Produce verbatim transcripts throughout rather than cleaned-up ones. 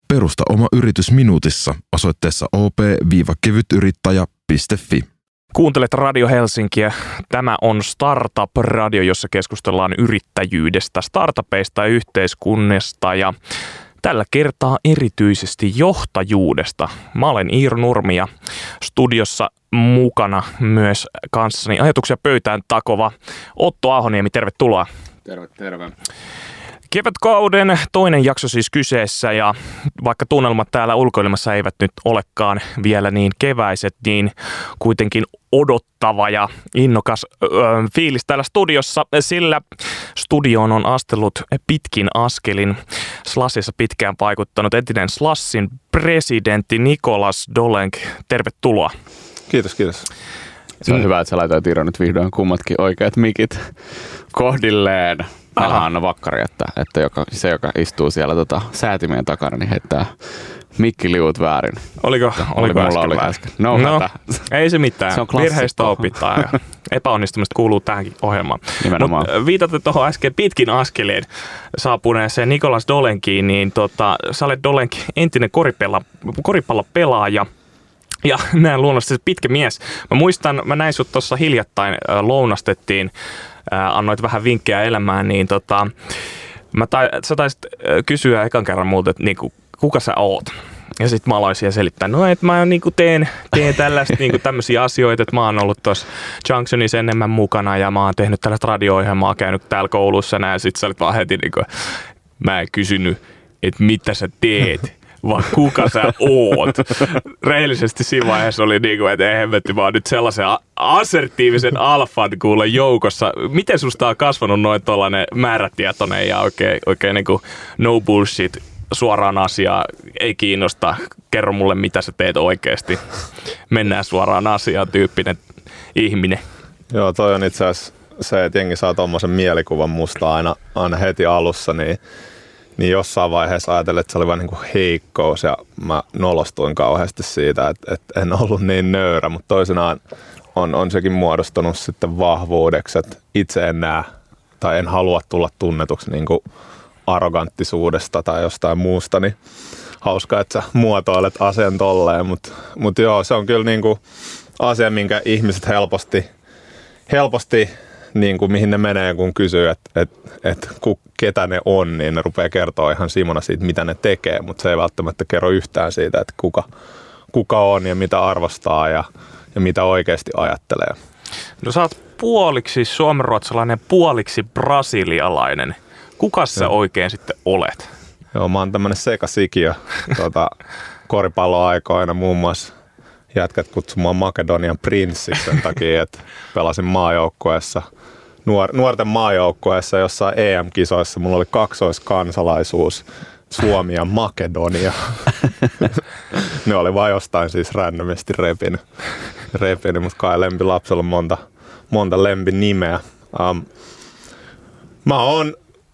Perusta oma yritys minuutissa osoitteessa o p kevyt yrittäjä piste f i. Kuuntelet Radio Helsinkiä. Tämä on Startup-radio, jossa keskustellaan yrittäjyydestä, startupeista ja yhteiskunnasta ja tällä kertaa erityisesti johtajuudesta. Mä olen Iiro Nurmi ja studiossa mukana myös kanssani ajatuksia pöytään takova Otto Ahoniemi. Tervetuloa. Terve, terve. Kevätkauden toinen jakso siis kyseessä ja vaikka tunnelmat täällä ulkoilemassa eivät nyt olekaan vielä niin keväiset, niin kuitenkin odottava ja innokas öö, fiilis täällä studiossa, sillä studioon on astellut pitkin askelin Slushissa pitkään vaikuttanut entinen Slushin presidentti Nicolas Dolenc. Tervetuloa. Kiitos, kiitos. Se on mm. hyvä, että sä laitoit Iiro nyt vihdoin kummatkin oikeat mikit kohdilleen. Meillä on vakkari, että, että joka, se, joka istuu siellä tota, säätimien takana, niin heittää mikkiliut väärin. Oliko, oliko mulla äsken oli väärin? äsken? No, no ei se mitään. Se virheistä opitaan ja epäonnistumista kuuluu tähänkin ohjelmaan. Nimenomaan. Mut viitatte tuohon äsken pitkin askeleen saapuneeseen Nicolas Dolenciin, niin tota, sä olet Dolenc entinen koripallopelaaja. Ja näin luonnollisesti pitkä mies. Mä muistan, mä näin sut tuossa hiljattain äh, lounastettiin, äh, annoit vähän vinkkejä elämään, niin tota, mä tai, sä taisit äh, kysyä ekan kerran multa, että niinku, kuka sä oot? Ja sit mä aloin siihen selittää, no että mä niinku teen, teen tällaista niinku tämmöisiä asioita, että mä oon ollut tuossa Junctionissa enemmän mukana ja mä oon tehnyt tällaista radio-ohjelmaa, käynyt täällä koulussa näin, ja sit sä olit vaan heti niinku, mä en kysynyt, että mitä sä teet. Vaan kuka sä oot. Rehellisesti siinä vaiheessa oli niin kuin, että ei hemmetti, vaan nyt sellaisen assertiivisen alfan kuule joukossa. Miten susta on kasvanut noin tollainen määrätietoinen ja oikein, oikein niin kuin no bullshit, suoraan asiaa, ei kiinnosta, kerro mulle mitä sä teet oikeasti. Mennään suoraan asiaan tyyppinen ihminen. Joo, toi on itse asiassa se, että jengi saa tommosen mielikuvan musta aina, aina heti alussa, niin Niin jossain vaiheessa ajattelin, että se oli vain niin kuin heikkous ja mä nolostuin kauheasti siitä, että, että en ollut niin nöyrä, mutta toisinaan on, on sekin muodostunut sitten vahvuudeksi, että itse en näe tai en halua tulla tunnetuksi niin kuin arroganttisuudesta tai jostain muusta, niin hauska, että sä muotoilet asian tolleen, mutta, mutta joo, se on kyllä niin kuin asia, minkä ihmiset helposti, helposti niin kuin mihin ne menee, kun kysyy, että et, et, ketä ne on, niin ne rupeaa kertoa ihan simona siitä, mitä ne tekee, mutta se ei välttämättä kerro yhtään siitä, että kuka, kuka on ja mitä arvostaa ja, ja mitä oikeasti ajattelee. No sä oot puoliksi suomenruotsalainen, puoliksi brasilialainen. Kuka sä no. oikein sitten olet? Joo, mä oon tämmönen sekasikiö tuota, koripalloaikoina muun muassa. Jätkät kutsumaan Makedonian prinssiksi sen takia, että pelasin maajoukkueessa, nuor- nuorten maajoukkueessa jossain E M-kisoissa. Mulla oli kaksoiskansalaisuus, Suomi ja Makedonia. Ne oli vaan jostain siis randomisti repinyt, repinyt mutta kai lempilapsella on monta, monta lempinimeä. Um, mä oon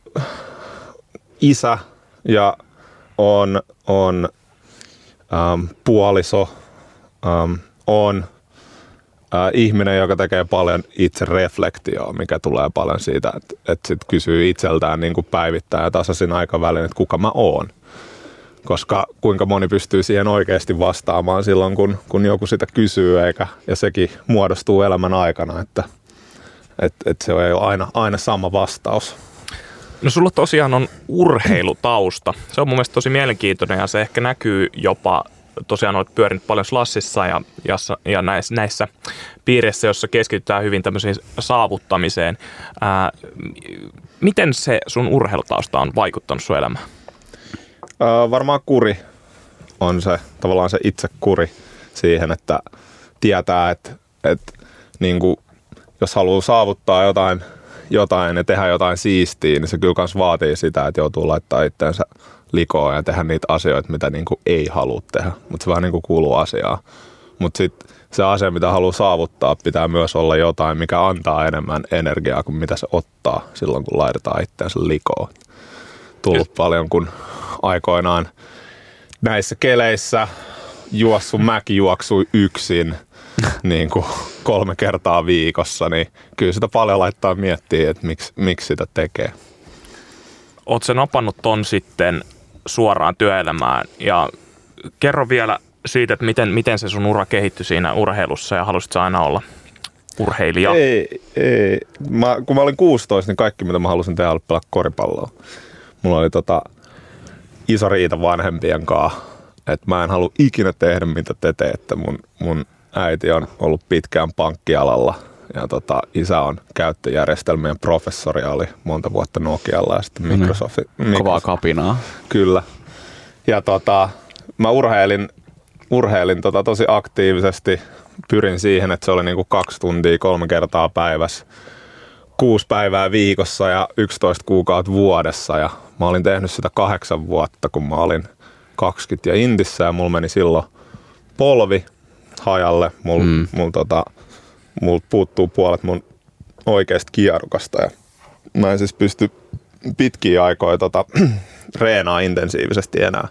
isä ja on, on um, puoliso. Um, on uh, ihminen, joka tekee paljon itse reflektioa, mikä tulee paljon siitä, että, että sit kysyy itseltään niin kuin päivittäin ja tasaisin aikavälin, että kuka mä oon. Koska kuinka moni pystyy siihen oikeasti vastaamaan silloin, kun, kun joku sitä kysyy, eikä, ja sekin muodostuu elämän aikana, että, että, että se ei ole aina, aina sama vastaus. No sulla tosiaan on urheilutausta. Se on mun mielestä tosi mielenkiintoinen ja se ehkä näkyy jopa tosiaan olet pyörinyt paljon Slushissa ja, ja, ja näissä, näissä piireissä, joissa keskitytään hyvin tämmöiseen saavuttamiseen. Ää, miten se sun urheilutausta on vaikuttanut sun elämään? Öö, varmaan kuri on se, tavallaan se itse kuri siihen, että tietää, että, että niin kuin, jos haluaa saavuttaa jotain, jotain ja tehdä jotain siistiä, niin se kyllä myös vaatii sitä, että joutuu laittaa itseensä likoon ja tehdä niitä asioita, mitä niinku ei halua tehdä, mutta se vähän niinku kuuluu asiaan. Mutta sitten se asia, mitä haluaa saavuttaa, pitää myös olla jotain, mikä antaa enemmän energiaa kuin mitä se ottaa silloin, kun laitetaan itseensä likoon. Tullut paljon, kun aikoinaan näissä keleissä juossut mäkijuoksui yksin niin kuin kolme kertaa viikossa, niin kyllä sitä paljon laittaa miettiä, että miksi, miksi sitä tekee. Oletko sä napannut ton sitten suoraan työelämään. Ja kerro vielä siitä, että miten, miten se sun ura kehittyi siinä urheilussa ja halusit aina olla urheilija? Ei, ei. Mä, kun mä olin kuusitoista, niin kaikki mitä mä halusin tehdä oli pelaa koripalloa. Mulla oli tota, iso riita vanhempien kanssa, että mä en halua ikinä tehdä mitä te teette. Mun, mun äiti on ollut pitkään pankkialalla ja tota, isä on käyttöjärjestelmien professori ja oli monta vuotta Nokialla ja sitten Microsoft. Microsoft. Kovaa kapinaa. Kyllä. Ja tota, mä urheilin, urheilin tota tosi aktiivisesti. Pyrin siihen, että se oli niinku kaksi tuntia kolme kertaa päivässä, kuusi päivää viikossa ja yksitoista kuukautta vuodessa. Ja mä olin tehnyt sitä kahdeksan vuotta, kun mä olin kaksikymmentä ja Intissä ja mulla meni silloin polvi hajalle. Mulla mm. mul, tota, mul puuttuu puolet mun oikeasta kierukasta ja mä en siis pysty pitkiä aikoja tota, reenaa intensiivisesti enää.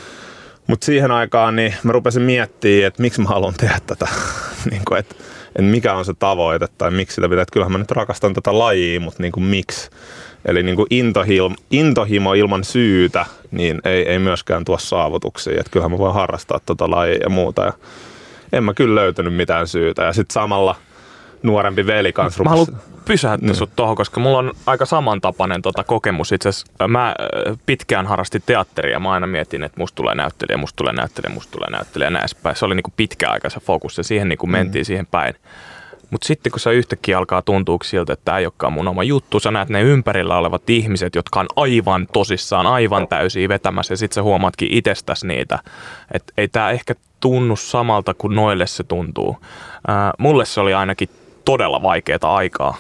Mutta siihen aikaan niin mä rupesin miettimään, että miksi mä haluan tehdä tätä, niin kuin, että, että mikä on se tavoite tai miksi sitä pitää. Että kyllähän mä nyt rakastan tätä lajia, mutta niin kuin miksi. Eli niin kuin intohimo, intohimo ilman syytä niin ei, ei myöskään tuo saavutuksia. Että kyllähän mä voin harrastaa tota lajia ja muuta. Ja en mä kyllä löytänyt mitään syytä. Ja sitten samalla nuorempi veli kanssa rupesi. Pysäyttää mm. sut tohon, koska mulla on aika samantapainen tota kokemus. Itse asiassa mä pitkään harrastin teatteria. Mä aina mietin, että musta tulee näyttelijä, musta tulee näyttelijä, musta tulee näyttelijä ja näin päin. Se oli niinku pitkäaikaisen fokus ja siihen niinku mentiin mm. siihen päin. Mutta sitten kun se yhtäkkiä alkaa tuntua siltä, että tämä ei olekaan mun oma juttu, sä näet ne ympärillä olevat ihmiset, jotka on aivan tosissaan, aivan täysiä vetämässä ja sit sä huomaatkin itsestäsi niitä. Että ei tää ehkä tunnu samalta kuin noille se tuntuu. Ää, mulle se oli ainakin todella vaikeaa aikaa.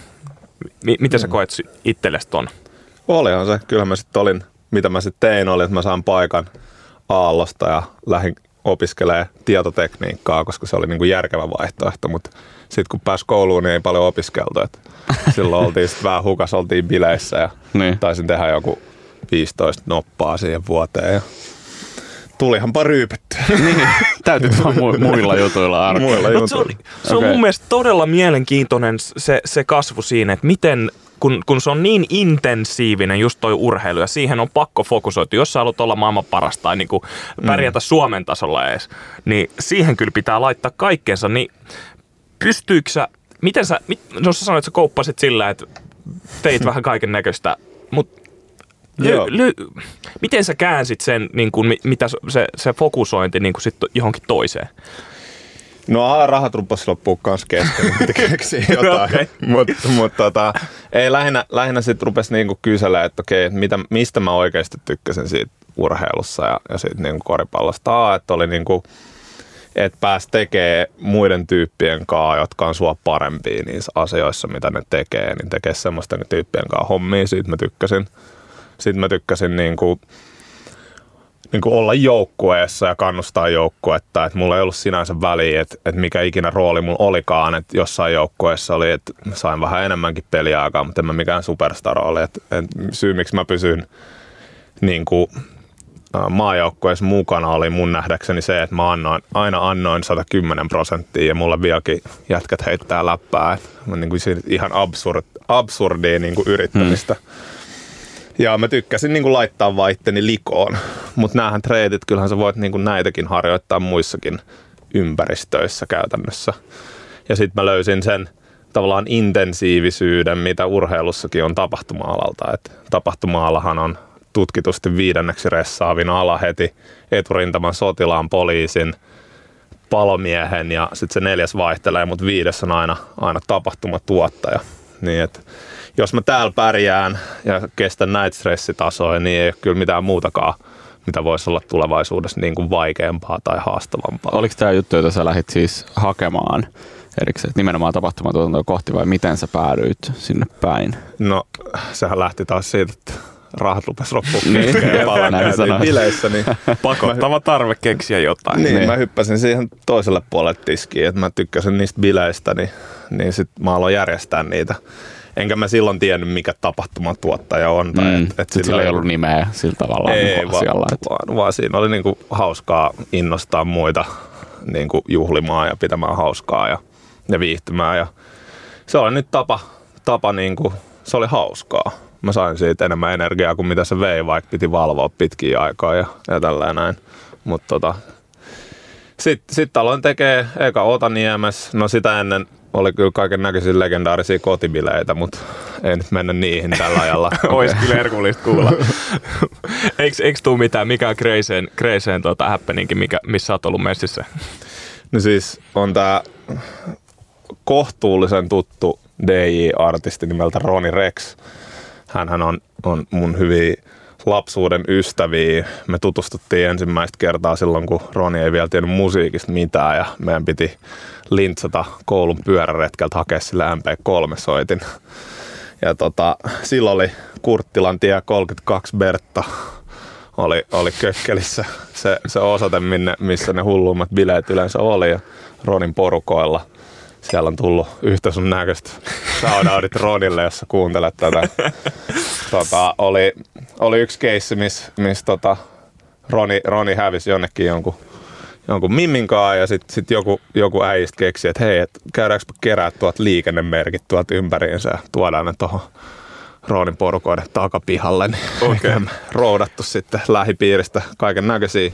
M- miten sä koet itsellesi ton? Olihan se. Kyllä mä sitten olin, mitä mä sitten tein, oli, että mä saan paikan Aallosta ja lähdin opiskelemaan tietotekniikkaa, koska se oli niinku järkevä vaihtoehto, mutta sitten kun pääsi kouluun, niin ei paljon opiskeltu. Et silloin oltiin sitten vähän hukas, oltiin bileissä ja niin. Taisin tehdä joku viisitoista noppaa siihen vuoteen. Ja tulihanpa ryypättyä. Niin, täytyy vaan mu- muilla jutuilla arkea. Muilla jutuilla. Se on, se on okay. Mun mielestä todella mielenkiintoinen se, se kasvu siinä, että miten, kun, kun se on niin intensiivinen just toi urheilu ja siihen on pakko fokusoitua. Jos sä haluat olla maailman paras tai niin kuin pärjätä mm. Suomen tasolla edes, niin siihen kyllä pitää laittaa kaikkeensa. Niin pystyykö sä, miten sä, mit, no sä sanoit, että sä kouppasit sillä, että teit vähän kaiken näköistä, mutta Ly, ly, miten sä käänsit sen, niin kun, mitä se, se fokusointi niin kun sit johonkin toiseen? No rahat rupesi loppua kans kesken, piti keksiä jotain. Okay. Mutta mut, tota, ei lähinnä, lähinnä sitten rupesi niinku kyselemään, että okei, et mitä, mistä mä oikeasti tykkäsin siitä urheilussa ja, ja siitä niinku koripallosta. Aa, että oli niinku, että pääsi tekemään muiden tyyppien kanssa, jotka on sua parempia niissä asioissa, mitä ne tekee, niin tekee semmoisten tyyppien kanssa hommia, siitä mä tykkäsin. Sitten mä tykkäsin niinku, niinku olla joukkueessa ja kannustaa joukkuetta. Et mulla ei ollut sinänsä väliä, että et mikä ikinä rooli mulla olikaan. Et jossain joukkueessa oli, että sain vähän enemmänkin peliaikaa, mutta en mä mikään superstar ole. Et, et syy, miksi mä pysyin niinku, maajoukkueessa mukana, oli mun nähdäkseni se, että mä annoin, aina annoin sata kymmenen prosenttia ja mulla vieläkin jätkät heittää läppää. Et mä niinku ihan absurd, absurdia niinku yrittämistä. Hmm. Ja mä tykkäsin niin kuin laittaa vaan itteni likoon, mutta näähän treidit, kyllähän sä voit niin kuin näitäkin harjoittaa muissakin ympäristöissä käytännössä. Ja sitten mä löysin sen tavallaan intensiivisyyden, mitä urheilussakin on tapahtuma-alalta. Et tapahtuma-alahan on tutkitusti viidenneksi ressaavin ala heti eturintaman sotilaan, poliisin, palomiehen ja sitten se neljäs vaihtelee, mutta viides on aina, aina tapahtumatuottaja. Niin et jos mä täällä pärjään ja kestän näitä stressitasoja, niin ei ole kyllä mitään muutakaan, mitä voisi olla tulevaisuudessa niin kuin vaikeampaa tai haastavampaa. Oliko tämä juttu, jota sä lähdit siis hakemaan erikseen, nimenomaan tapahtumatuotantoa kohti vai miten sä päädyit sinne päin? No, sehän lähti taas siitä, että rahat rupesi loppuun niin, ja palaan bileissä. Niin pakottava tarve keksiä jotain. Niin, niin, mä hyppäsin siihen toiselle puolelle tiskiin, että mä tykkäsin niistä bileistä, niin, niin sit mä aloin järjestää niitä. Enkä mä silloin tiennyt, mikä tapahtumatuottaja on. Tai mm, et, et sillä, sillä ei ollut nimeä sillä tavalla ei, niin asialla. Vaan, vaan, vaan siinä oli niinku hauskaa innostaa muita niinku juhlimaan ja pitämään hauskaa ja, ja viihtymään. Ja se oli nyt tapa, tapa niinku, se oli hauskaa. mä sain siitä enemmän energiaa kuin mitä se vei, vaikka piti valvoa pitkiä aikaa ja, ja tälleen näin. Mutta tota, sitten sit aloin tekee eka Otaniemes, no sitä ennen oli kyllä kaiken näköisiä legendaarisia kotibileitä, mutta ei nyt mennä niihin tällä ajalla. Ois kyllä herkullista kuulla. Eiks, eiks tuu mitään, mikä on kreiseen, kreiseen tota happeninkin, mikä, missä oot ollut messissä? No siis on tää kohtuullisen tuttu D J-artisti nimeltä Ronnie Rex. Hänhän on, on mun hyviä lapsuuden ystäviä. Me tutustuttiin ensimmäistä kertaa silloin, kun Roni ei vielä tiennyt musiikista mitään ja meidän piti lintsata koulun pyöräretkeltä hakea sille M P kolme -soitin. Ja tota, silloin oli Kurttilan tie kolmekymmentäkaksi Bertta oli, oli Kökkelissä se, se osoite, minne, missä ne hulluimmat bileet yleensä oli ja Ronin porukoilla. Siellä on tullut yhtä sun näköistä shoutoutit Ronille, jos sä kuuntelet tätä. Tota, oli, oli yksi keissi, missä mis, tota, Roni, Roni hävisi jonnekin jonkun, jonkun mimminkaan ja sitten sit joku, joku äijistä keksi, että hei, et käydäänkö kerää tuolta liikennemerkit tuolta ympäriinsä ja tuodaan ne tuohon Ronin porukoiden takapihalle. Niin okay. Roudattu sitten lähipiiristä kaiken näköisiä,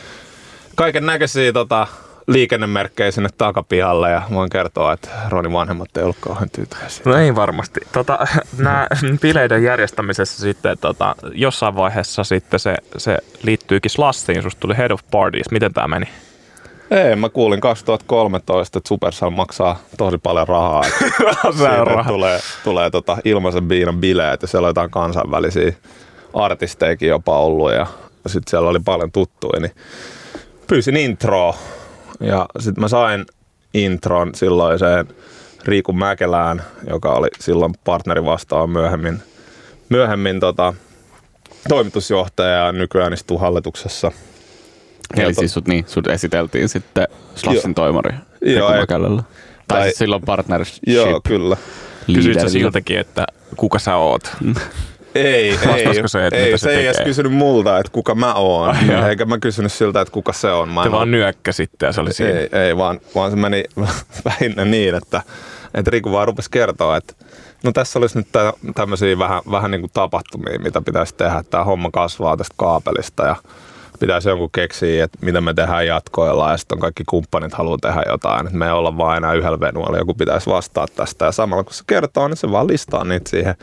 kaiken näköisiä tota, liikennemerkkejä sinne takapihalle ja voin kertoa, että Ronin vanhemmat ei ollut kauhean tyytyväisiä. No ei varmasti. Tota, nämä bileiden järjestämisessä sitten tota, jossain vaiheessa sitten se, se liittyykin Slashiin, susta tuli Head of Parties. Miten tämä meni? Ei, mä kuulin kaksituhattakolmetoista, että Supercell maksaa tosi paljon rahaa. Siitä raha. tulee, tulee tota ilmaisen biinan bileet ja siellä on jotain kansainvälisiä artisteikin jopa ollut ja sitten siellä oli paljon tuttuja, niin pyysin introa. Ja sitten mä sain intron silloiseen Riiku Mäkelään, joka oli silloin partneri vastaan myöhemmin, myöhemmin tota, toimitusjohtaja ja nykyään istuu hallituksessa. Eli ja siis sut, niin, sut esiteltiin sitten Slashin toimari Riiku Mäkelällä. Tai, tai siis silloin partnership. Joo, kyllä. Kysyit sä siltäkin, että kuka sä oot? Ei, ei, se, että ei se, se ei edes kysynyt multa, että kuka mä oon, oh, eikä mä kysynyt siltä, että kuka se on. Mä Te vaan nyökkäsitte ja se oli siinä. Ei, ei vaan, vaan se meni lähinnä niin, että, että Riku vaan rupesi kertoa, että no tässä olisi nyt tämmöisiä vähän, vähän niin kuin tapahtumia, mitä pitäisi tehdä. Tämä homma kasvaa tästä kaapelista ja pitäisi jonkun keksiä, että mitä me tehdään jatkoilla ja sitten kaikki kumppanit haluaa tehdä jotain. Että me ei olla vaan enää yhdellä venuella, joku pitäisi vastaa tästä ja samalla kun se kertoo, niin se vaan listaa niitä siihen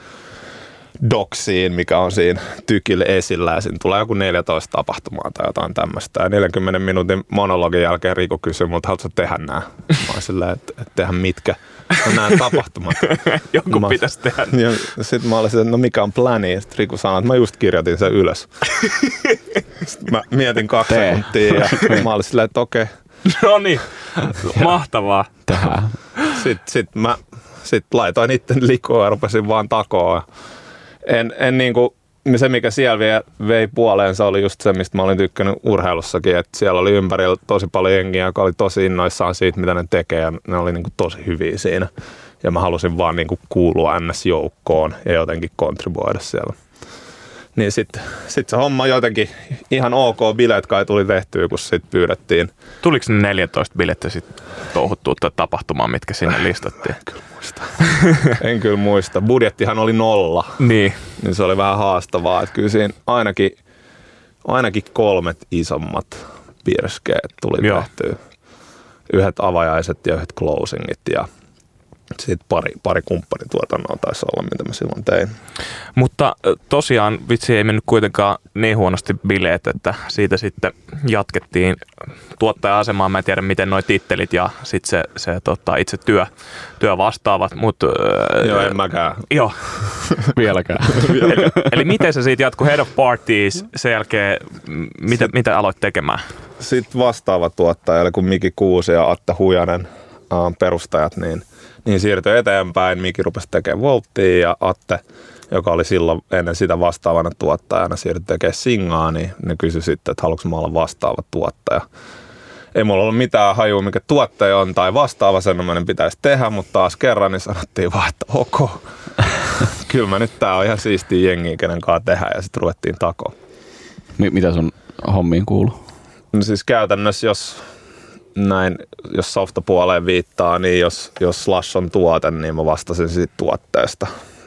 doksiin, mikä on siinä tykillä esillä ja siinä tulee joku neljätoista tapahtumaa tai jotain tämmöistä. Ja neljänkymmenen minuutin monologin jälkeen Riku kysyi multa, haluatko tehdä nää? Mä oon silleen, että et tehdä mitkä? No nämä tapahtumat. Joku mä, pitäisi tehdä. Sitten mä olisin, että no mikä on pläni? Ja sitten Riku sanoi, että mä just kirjoitin sen ylös. Sitten mä mietin kaksi Tee. sekuntia ja mä olisin silleen, että okei. Okay. No niin, mahtavaa. Tähän. Sitten sit mä sit laitoin itten likoon ja rupesin vaan takoon. En, en niinku, se mikä siellä vei, vei puoleensa oli just se, mistä mä olin tykkännyt urheilussakin, että siellä oli ympärillä tosi paljon jengiä, joka oli tosi innoissaan siitä, mitä ne tekee ja ne oli niinku tosi hyviä siinä. Ja mä halusin vaan niinku kuulua N S-joukkoon ja jotenkin kontribuoida siellä. Niin sit, sit se homma jotenkin ihan ok bileet kai tuli tehtyä, kun sit pyydettiin. Tuliko ne neljätoista bilettä sit touhuttua tapahtumaan, mitkä sinne listattiin? En kyllä muista. En kyllä muista. Budjettihan oli nolla. Niin. Niin se oli vähän haastavaa. Että kyllä siinä ainakin, ainakin kolmet isommat piirskeet tuli Joo. tehtyä. Yhdet avajaiset ja yhdet closingit ja sitten pari, pari kumppanituotannoa taisi olla, mitä mä silloin tein. Mutta tosiaan vitsi ei mennyt kuitenkaan niin huonosti bileet, että siitä sitten jatkettiin tuottaja-asemaan. Mä en tiedä, miten noi tittelit ja sitten se, se tota, itse työ, työ vastaavat. Mut, joo, en mäkään. Joo. Vieläkään. eli, eli miten se siitä jatkuu Head of Parties, sen jälkeen mitä, sit, mitä aloit tekemään? Sitten vastaava tuottaja, eli kun Miki Kuusi ja Atte Hujanen äh, perustajat, niin Niin siirtyi eteenpäin, Miki rupesi tekemään Volttia ja Atte, joka oli silloin ennen sitä vastaavana tuottajana, siirtyi tekemään Singaa, niin ne kysyi sitten, että haluanko mä olla vastaava tuottaja. Ei mulla ollut mitään hajua, mikä tuottaja on tai vastaava semmoinen pitäisi tehdä, mutta taas kerran niin sanottiin vaan, että ok, kyllä mä nyt tää on ihan siistiä jengiä, kenen kanssa tehdä ja sitten ruvettiin takoon. M- mitä sun hommiin kuuluu? No siis käytännössä, jos näin, jos softapuoleen viittaa, niin jos, jos Slash on tuote, niin mä vastasin siitä tuotteesta.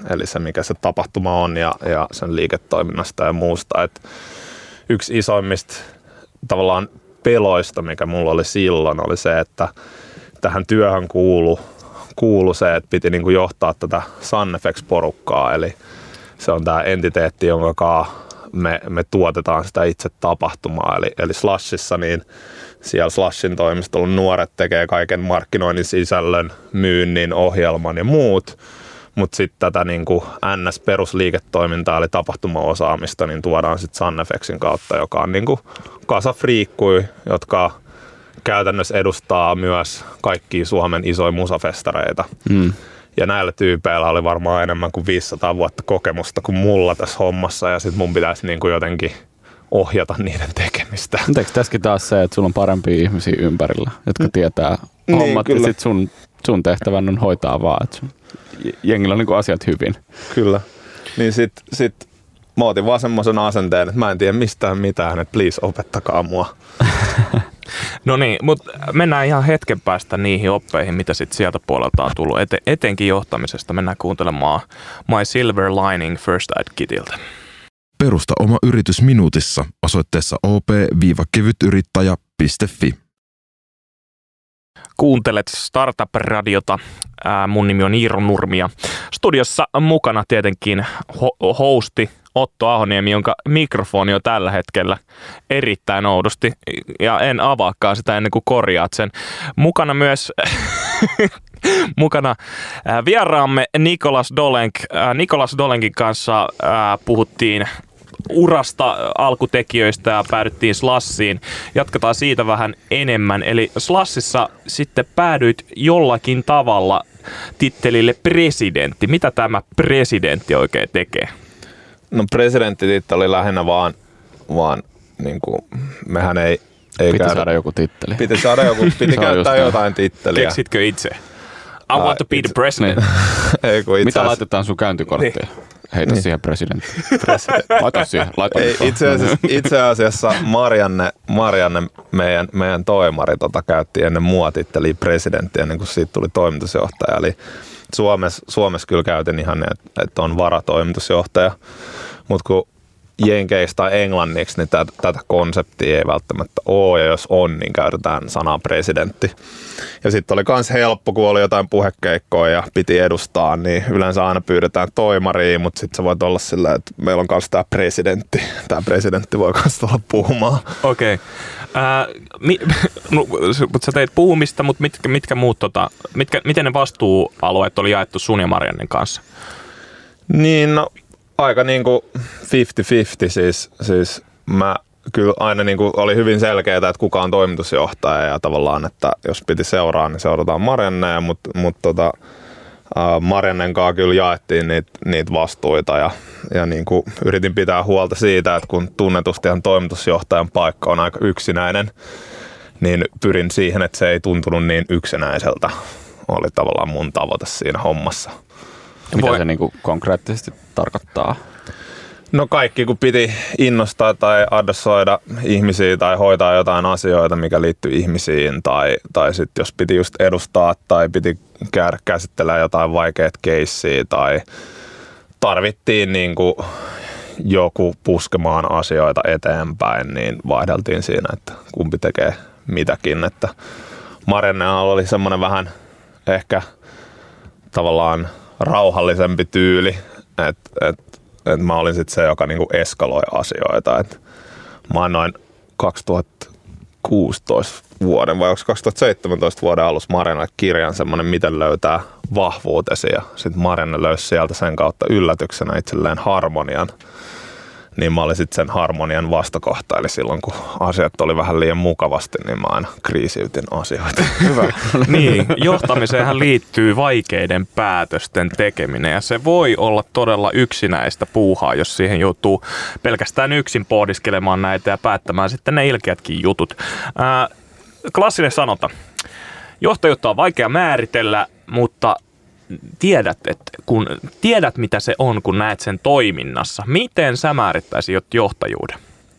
eli se mikä se tapahtuma on ja, ja sen liiketoiminnasta ja muusta. Et yksi isoimmista tavallaan peloista, mikä mulla oli silloin, oli se, että tähän työhön kuului, kuului se, että piti niinku johtaa tätä Sunfx-porukkaa, eli se on tämä entiteetti, jonka me, me tuotetaan sitä itse tapahtumaa, eli, eli Slushissa, niin siellä Slushin toimistolla nuoret tekee kaiken markkinoinnin, sisällön, myynnin, ohjelman ja muut, mutta sitten tätä niinku N S-perusliiketoimintaa eli tapahtumaosaamista niin tuodaan sitten Sunfxin kautta, joka on niinku kasa friikkui, jotka käytännössä edustaa myös kaikkia Suomen isoja musafestareita. Mm. Ja näillä tyypeillä oli varmaan enemmän kuin viisisataa vuotta kokemusta kuin mulla tässä hommassa ja sitten mun pitäisi niinku jotenkin ohjata niiden tekemistä. Mutta eikö tässäkin taas se, että sulla on parempia ihmisiä ympärillä, jotka tietää niin, hommat kyllä. ja sit sun, sun tehtävän on hoitaa vaan, että sun jengillä on niinku asiat hyvin. Kyllä. Niin sit, sit mä otin vaan semmoisen asenteen, että mä en tiedä mistään mitään, että please opettakaa mua. No niin, mutta mennään ihan hetken päästä niihin oppeihin, mitä sitten sieltä puolelta on tullut. Eten, etenkin johtamisesta mennään kuuntelemaan My Silver Lining First Aid Kitiltä. Perusta oma yritys minuutissa osoitteessa o p kevytyrittäjä piste f i. Kuuntelet Startup-radiota. Ää, mun nimi on Iiro Nurmi ja studiossa mukana tietenkin ho- hosti Otto Ahoniemi, jonka mikrofoni on tällä hetkellä erittäin oudosti ja en avaakaan sitä ennen kuin korjaat sen. Mukana myös mukana ää, vieraamme Nicolas Dolenk. Ää, Nicolas Dolenkin kanssa ää, puhuttiin urasta, alkutekijöistä ja päädyttiin Slushiin. Jatketaan siitä vähän enemmän. Eli Slushissa sitten päädyit jollakin tavalla tittelille presidentti. Mitä tämä presidentti oikein tekee? No presidenttititteli oli lähinnä vaan, vaan niin kuin, mehän ei, ei Piti käydä. saada joku titteli. Piti saada joku, piti käyttää jotain titteliä. Keksitkö itse? I want to be the president. Ei, kun itse Mitä asiassa, laitetaan sun käyntikorttiin? Niin. Heitä Niin. siihen presidentti. Laita siihen. Laita ei, itse, asiassa, itse asiassa Marianne, Marianne meidän, meidän toimari tota, käytti ennen mua titteliä presidenttiä, ennen kuin siitä tuli toimitusjohtaja. Eli Suomessa, Suomessa kyllä käytin ihan, että, että on varatoimitusjohtaja, mutta kun jenkeistä tai englanniksi, niin tätä, tätä konseptia ei välttämättä ole, ja jos on, niin käytetään sanaa presidentti. Ja sitten oli myös helppo, kun oli jotain puhekeikkoja ja piti edustaa, niin yleensä aina pyydetään toimariin, mutta sitten se voi olla sillä, että meillä on myös tämä presidentti. Tämä presidentti voi myös tulla puhumaan. Okei. Okay. No, sä teit puhumista, mutta mitkä, mitkä muut, tota, mitkä, miten ne vastuualueet oli jaettu sun ja Mariannen kanssa? Niin, no aika niinku viisikymmentä viisikymmentä, siis, siis mä kyllä aina niinku oli hyvin selkeää, että kuka on toimitusjohtaja ja tavallaan, että jos piti seuraa, niin seurataan Mariannea, mutta mut tota, Mariannen kanssa kyllä jaettiin niitä, niitä vastuita ja, ja niinku yritin pitää huolta siitä, että kun tunnetustihan toimitusjohtajan paikka on aika yksinäinen, niin pyrin siihen, että se ei tuntunut niin yksinäiseltä. Oli tavallaan mun tavoite siinä hommassa. Mitä Voi. se niinku konkreettisesti tarkoittaa? No kaikki, kun piti innostaa tai adressoida ihmisiä tai hoitaa jotain asioita, mikä liittyy ihmisiin, tai, tai sitten jos piti just edustaa tai piti käydä käsittelemään jotain vaikeat keissiä tai tarvittiin niin kuin joku puskemaan asioita eteenpäin, niin vaihdeltiin siinä, että kumpi tekee mitäkin. Että Marianne oli semmoinen vähän ehkä tavallaan rauhallisempi tyyli, että et, et mä olin sitten se, joka niinku eskaloi asioita. Et mä annoin kaksituhattakuusitoista vuoden vai onko kaksituhattaseitsemäntoista vuoden alussa Marianelle kirjan semmoinen, miten löytää vahvuutesi, ja sitten Marianne löysi sieltä sen kautta yllätyksenä itselleen harmonian. Niin mä olin sitten sen harmonian vastakohta, eli silloin kun asiat oli vähän liian mukavasti, niin mä aina kriisiytin asioita. Hyvä. Niin, johtamiseenhan liittyy vaikeiden päätösten tekeminen, ja se voi olla todella yksinäistä puuhaa, jos siihen joutuu pelkästään yksin pohdiskelemaan näitä ja päättämään sitten ne ilkeätkin jutut. Ää, klassinen sanonta. Johtajuutta on vaikea määritellä, mutta tiedät, että kun tiedät, mitä se on, kun näet sen toiminnassa. Miten sä määrittäisit johtajuuden?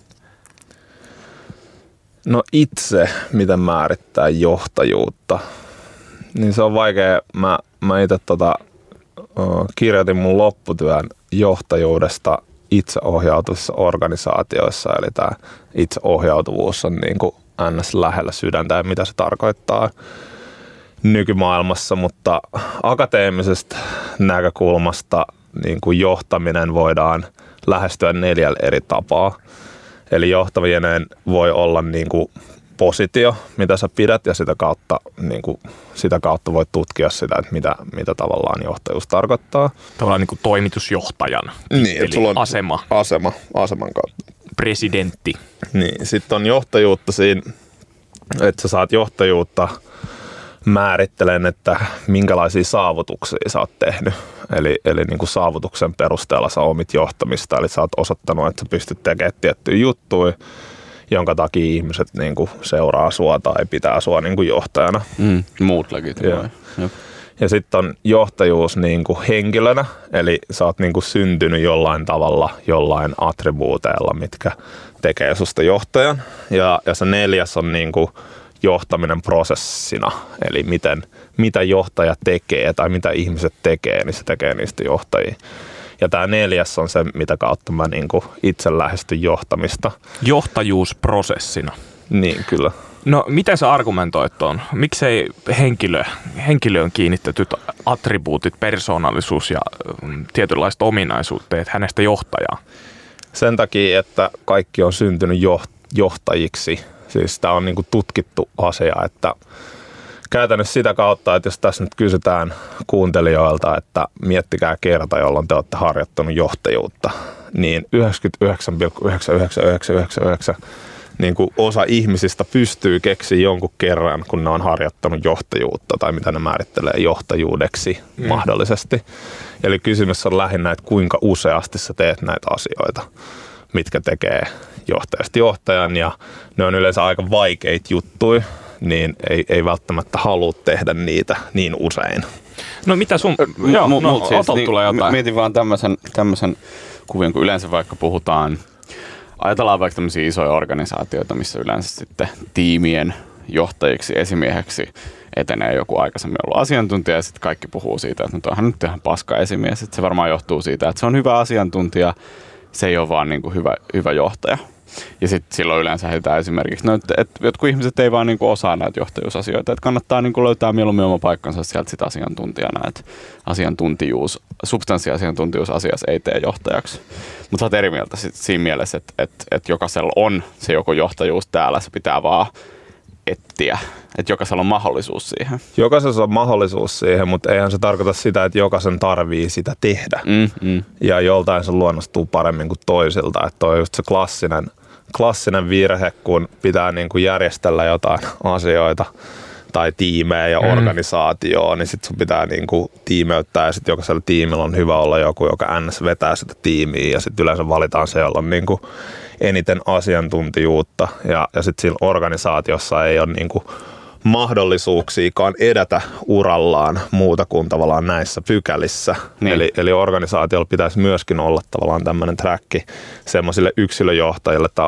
No itse, miten määrittää johtajuutta, niin se on vaikea. Mä, mä itse tota, kirjoitin mun lopputyön johtajuudesta itseohjautuvissa organisaatioissa, eli tämä itseohjautuvuus on niin kuin ns. Lähellä sydäntä ja mitä se tarkoittaa nykymaailmassa, mutta akateemisesta näkökulmasta niin kuin johtaminen voidaan lähestyä neljällä eri tapaa. Eli johtaminen voi olla niin kuin positio, mitä sä pidät, ja sitä kautta, niin kuin, sitä kautta voit tutkia sitä, että mitä, mitä tavallaan johtajuus tarkoittaa. Tavallaan niin kuin toimitusjohtajan niin, eli on asema. asema. Aseman kautta. Presidentti. Niin, sitten on johtajuutta siinä, että sä saat johtajuutta määrittelen, että minkälaisia saavutuksia sä oot tehnyt. Eli, eli niin kuin saavutuksen perusteella sä omit johtamista, eli sä oot osoittanut, että sä pystyt tekemään tiettyjä juttuja, jonka takia ihmiset niin kuin seuraa sua tai pitää sua niin kuin johtajana. Mm, muut legitimoi. Ja, ja sitten on johtajuus niin kuin henkilönä, eli sä oot niin kuin syntynyt jollain tavalla, jollain attribuuteilla, mitkä tekee susta johtajan. Ja, ja se neljäs on niin kuin johtaminen prosessina, eli miten, mitä johtaja tekee tai mitä ihmiset tekee, niin se tekee niistä johtajia. Ja tämä neljäs on se, mitä kautta mä niinku itse lähestyn johtamista. Johtajuusprosessina. Niin, kyllä. No, miten sä argumentoit tuon? Miksei henkilö, henkilöön kiinnitetyt attribuutit, persoonallisuus ja mm, tietynlaiset ominaisuudet teet hänestä johtajaa? Sen takia, että kaikki on syntynyt johtajiksi. Siis tämä on niinku tutkittu asia, että käytännössä sitä kautta, että jos tässä nyt kysytään kuuntelijoilta, että miettikää kerta, jolloin te olette harjoittanut johtajuutta, niin yhdeksänkymmentäyhdeksän pilkku yhdeksänsataayhdeksänkymmentäyhdeksän niin kuin osa ihmisistä pystyy keksiä jonkun kerran, kun ne on harjoittanut johtajuutta tai mitä ne määrittelee johtajuudeksi mm. mahdollisesti. Eli kysymys on lähinnä, että kuinka useasti sä teet näitä asioita, mitkä tekee johtajasta johtajan, ja ne on yleensä aika vaikeita juttuja, niin ei, ei välttämättä halua tehdä niitä niin usein. No mitä sun, M- joo, m- no, siis, Otolta niin, tulee jotain. Mietin vaan tämmöisen, tämmöisen kuvion, kun yleensä vaikka puhutaan, ajatellaan vaikka tämmöisiä isoja organisaatioita, missä yleensä sitten tiimien johtajiksi, esimieheksi etenee joku aikaisemmin ollut asiantuntija, ja sitten kaikki puhuu siitä, että no toihan nyt ihan paska esimies. Sitten se varmaan johtuu siitä, että se on hyvä asiantuntija, se ei ole vaan niin kuin hyvä, hyvä johtaja. Ja sitten silloin yleensä heitetään esimerkiksi, no, että, että jotkut ihmiset ei vaan niin kuin osaa näitä johtajuusasioita, että kannattaa niin kuin löytää mieluummin oma paikkansa sieltä sit asiantuntijana, että asiantuntijuus, substanssiasiantuntijuusasiassa ei tee johtajaksi. Mutta sä oot eri mieltä sit siinä mielessä, että, että, että jokaisella on se joku johtajuus täällä, se pitää vaan etsiä, että jokaisella on mahdollisuus siihen. Jokaisella on mahdollisuus siihen, mutta eihän se tarkoita sitä, että jokaisen tarvii sitä tehdä. Mm, mm. Ja joltain se luonnostuu paremmin kuin toisilta. Että toi on just se klassinen, klassinen virhe, kun pitää niin kuin järjestellä jotain asioita tai tiimejä ja mm. organisaatioon, niin sitten sun pitää niin kuin tiimeyttää, ja sitten jokaisella tiimillä on hyvä olla joku, joka ns. Vetää sitä tiimiä, ja sitten yleensä valitaan se, jolla on niin kuin eniten asiantuntijuutta, ja, ja sitten siinä organisaatiossa ei ole niin kuin mahdollisuuksiakaan edetä urallaan muuta kuin tavallaan näissä pykälissä. Niin. Eli, eli organisaatiolla pitäisi myöskin olla tavallaan tämmöinen träkki semmoisille yksilöjohtajille tai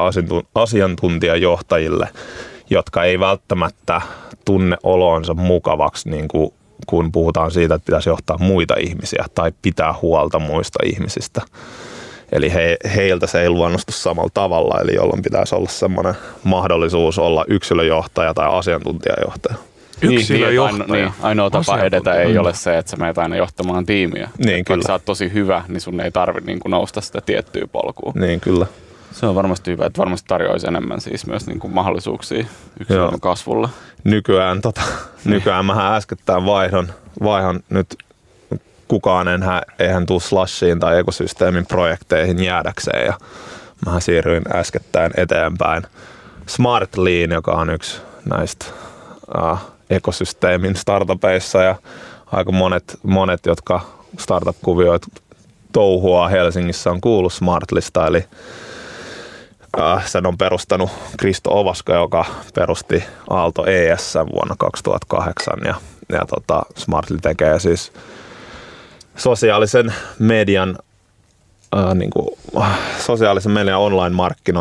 asiantuntijajohtajille, jotka ei välttämättä tunne olonsa mukavaksi, niin kuin, kun puhutaan siitä, että pitäisi johtaa muita ihmisiä tai pitää huolta muista ihmisistä. Eli he, heiltä se ei luonnostu samalla tavalla, eli jolloin pitäisi olla semmoinen mahdollisuus olla yksilöjohtaja tai asiantuntijajohtaja. Yksilöjohtaja. Niin, ainoa tapa edetä ei ole se, että sä menet aina johtamaan tiimiä. Niin, kyllä. Vaikka sä oot tosi hyvä, niin sun ei tarvitse niin kuin nousta sitä tiettyä polkua. Niin, kyllä. Se on varmasti hyvä, että varmasti tarjoaisi enemmän siis myös niin kuin mahdollisuuksia yksilön Joo. kasvulla. Nykyään, tota, nykyään mähän äskettäin vaihdon, vaihdon nyt kukaan enhän, eihän tuu Slashiin tai ekosysteemin projekteihin jäädäkseen, ja mähän siirryin äskettäin eteenpäin Smartliin, joka on yksi näistä äh, ekosysteemin startupeissa, ja aika monet, monet jotka startup-kuvioita touhuaa Helsingissä, on kuullut Smartlista, eli äh, sen on perustanut Kristo Ovaska, joka perusti Aalto E S vuonna kaksituhattakahdeksan, ja, ja tota, Smartly tekee siis sosiaalisen median, äh, niin kuin, sosiaalisen median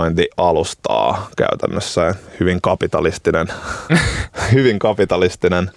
online-markkinointialustaa käytännössä. Hyvin kapitalistinen, hyvin kapitalistinen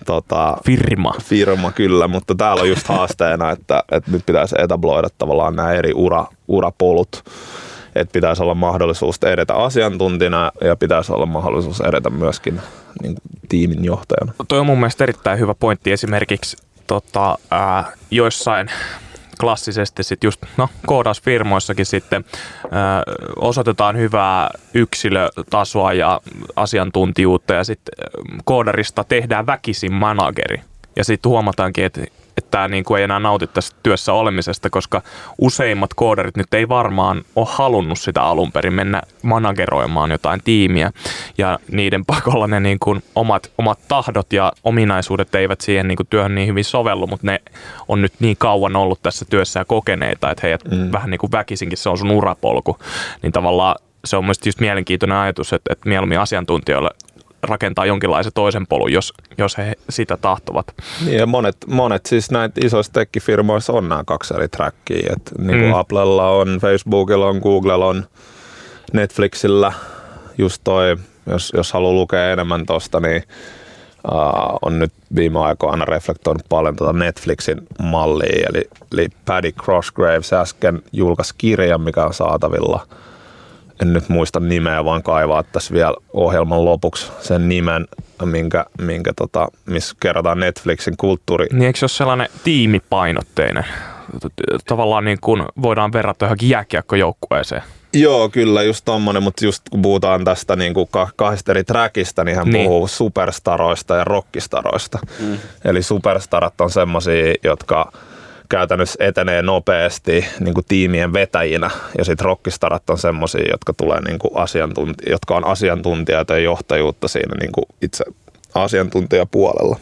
tota, Firma. Firma, kyllä, mutta täällä on just haasteena, että, että nyt pitäisi etabloida tavallaan nämä eri ura, urapolut. Että pitäisi olla mahdollisuus edetä asiantuntijana ja pitäisi olla mahdollisuus edetä myöskin niin tiimin johtajana. Tuo on mun mielestä erittäin hyvä pointti esimerkiksi tota, ää, joissain klassisesti sit just no, koodausfirmoissakin sitten ää, osoitetaan hyvää yksilötasoa ja asiantuntijuutta ja sitten koodarista tehdään väkisin manageri ja sitten huomataankin, että että tämä niin kuin ei enää nauti tästä työssä olemisesta, koska useimmat koodarit nyt ei varmaan ole halunnut sitä alun perin mennä manageroimaan jotain tiimiä ja niiden pakolla ne niin kuin omat, omat tahdot ja ominaisuudet eivät siihen niin kuin työhön niin hyvin sovellu, mutta ne on nyt niin kauan ollut tässä työssä ja kokeneita, että heidät mm. vähän niin kuin väkisinkin se on sun urapolku, niin tavallaan se on mielestäni just mielenkiintoinen ajatus, että, että mieluummin asiantuntijoille rakentaa jonkinlaisen toisen polun, jos, jos he sitä tahtovat. Niin ja monet, monet siis näitä isoissa tekkifirmoissa on nämä kaksi eri trackia. Et niin kuin mm. Applella on, Facebookilla on, Googlella on, Netflixillä just toi, jos, jos haluaa lukea enemmän tosta, niin uh, on nyt viime aikoina reflektoinut paljon tuota Netflixin mallia. Eli, eli Paddy Crossgraves äsken julkaisi kirjan, mikä on saatavilla. En nyt muista nimeä, vaan kaivaa tässä vielä ohjelman lopuksi sen nimen, minkä, minkä tota, missä kerrotaan Netflixin kulttuuri. Niin eikö se ole sellainen tiimipainotteinen? Tavallaan niin kuin voidaan verrata johonkin jääkiekkojoukkueeseen. Joo, kyllä, just tommonen, mutta just kun puhutaan tästä niin kuin kahdesta eri trackista, niin hän niin. puhuu superstaroista ja rockistaroista. Mm. Eli superstarat on semmosia, jotka käytännössä etenee nopeasti niin kuin tiimien vetäjinä, ja sitten rockistarat on semmoisia, jotka, tulee, niin kuin asiantunti- jotka on asiantuntijoita ja johtajuutta siinä niin kuin itse asiantuntijapuolella.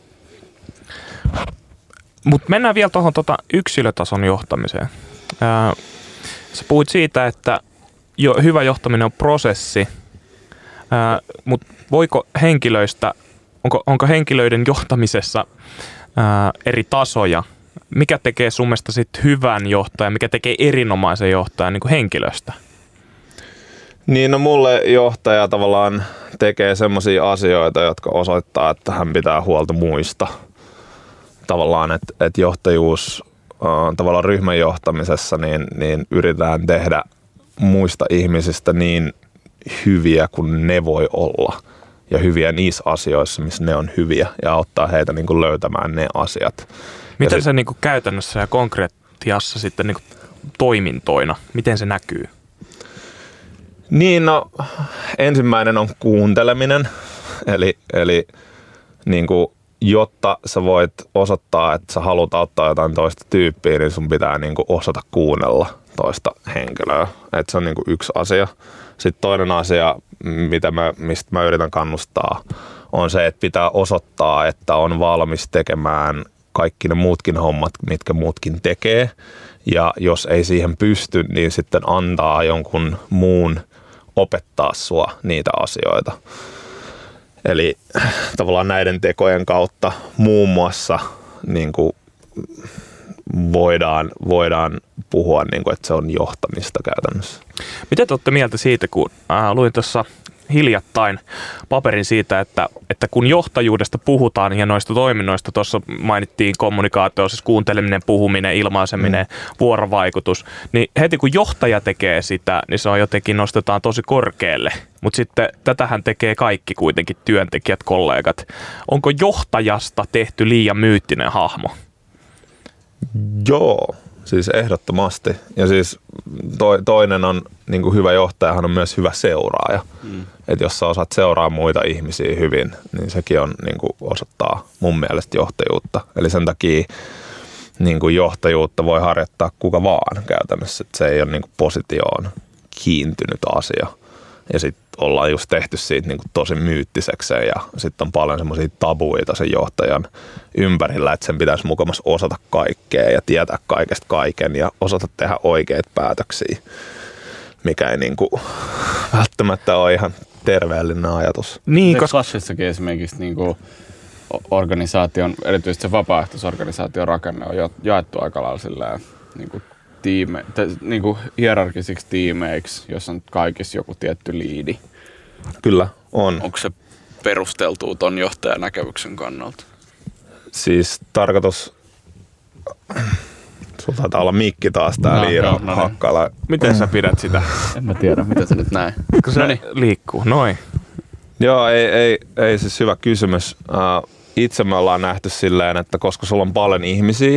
Mutta mennään vielä tuohon tota yksilötason johtamiseen. Ää, sä puhuit siitä, että jo, hyvä johtaminen on prosessi, mutta voiko henkilöistä, onko, onko henkilöiden johtamisessa ää, eri tasoja? Mikä tekee sun mielestä sit hyvän johtajan, mikä tekee erinomaisen johtajan niin kuin henkilöstä? Niin, no mulle johtaja tavallaan tekee semmoisia asioita, jotka osoittaa, että hän pitää huolta muista. Tavallaan, että, että johtajuus äh, tavallaan ryhmän johtamisessa, niin, niin yritetään tehdä muista ihmisistä niin hyviä kuin ne voi olla. Ja hyviä niissä asioissa, missä ne on hyviä, ja auttaa heitä niin kuin löytämään ne asiat. Miten sit, se niin kuin käytännössä ja konkreettiassa sitten niin kuin toimintoina, miten se näkyy? Niin, no ensimmäinen on kuunteleminen, eli, eli niin kuin, jotta sä voit osoittaa, että sä haluat auttaa jotain toista tyyppiä, niin sun pitää niin kuin osata kuunnella toista henkilöä. Et se on niin kuin yksi asia. Sitten toinen asia, mitä mä, mistä mä yritän kannustaa, on se, että pitää osoittaa, että on valmis tekemään kaikki ne muutkin hommat, mitkä muutkin tekee. Ja jos ei siihen pysty, niin sitten antaa jonkun muun opettaa sua niitä asioita. Eli tavallaan näiden tekojen kautta muun muassa niin kuin voidaan, voidaan puhua, niin kuin, että se on johtamista käytännössä. Mitä te olette mieltä siitä, kun äh, luin tuossa hiljattain paperin siitä, että, että kun johtajuudesta puhutaan ja noista toiminnoista, tuossa mainittiin kommunikaatio, siis kuunteleminen, puhuminen, ilmaiseminen, mm. vuorovaikutus, niin heti kun johtaja tekee sitä, niin se on jotenkin nostetaan tosi korkealle. Mutta sitten tätähän tekee kaikki kuitenkin työntekijät, kollegat. Onko johtajasta tehty liian myyttinen hahmo? Joo, siis ehdottomasti. Ja siis to, toinen on, niin kuin hyvä johtajahan on myös hyvä seuraaja. Mm. Että jos sä osaat seuraa muita ihmisiä hyvin, niin sekin on, niin kuin osoittaa mun mielestä johtajuutta. Eli sen takia niin kuin johtajuutta voi harjoittaa kuka vaan käytännössä. Että se ei ole niin kuin positioon kiintynyt asia. Ja sitten ollaan just tehty siitä niin kuin tosi myyttisekseen ja sitten on paljon semmoisia tabuita sen johtajan ympärillä, että sen pitäisi mukamassa osata kaikkea ja tietää kaikesta kaiken ja osata tehdä oikeita päätöksiä, mikä ei niin kuin välttämättä ole ihan terveellinen ajatus. Niin, koska klassissakin esimerkiksi niin kuin organisaation, erityisesti se vapaaehtoisorganisaation rakenne on jaettu aika lailla silleen, niin kuin tiime, te, niin kuin hierarkisiksi tiimeiksi, jossa on kaikissa joku tietty liidi. Kyllä, on. Onko se perusteltua ton johtajan näkemyksen kannalta? siis tarkoitus... Sulla taitaa olla mikki taas tää no, Liiro no, hakkailla. Miten sä pidät sitä? En mä tiedä, miten se nyt näin. Kun se Noniin. liikkuu, noin. Joo, ei, ei, ei siis hyvä kysymys. Uh, itse me ollaan nähty silleen, että koska sulla on paljon ihmisiä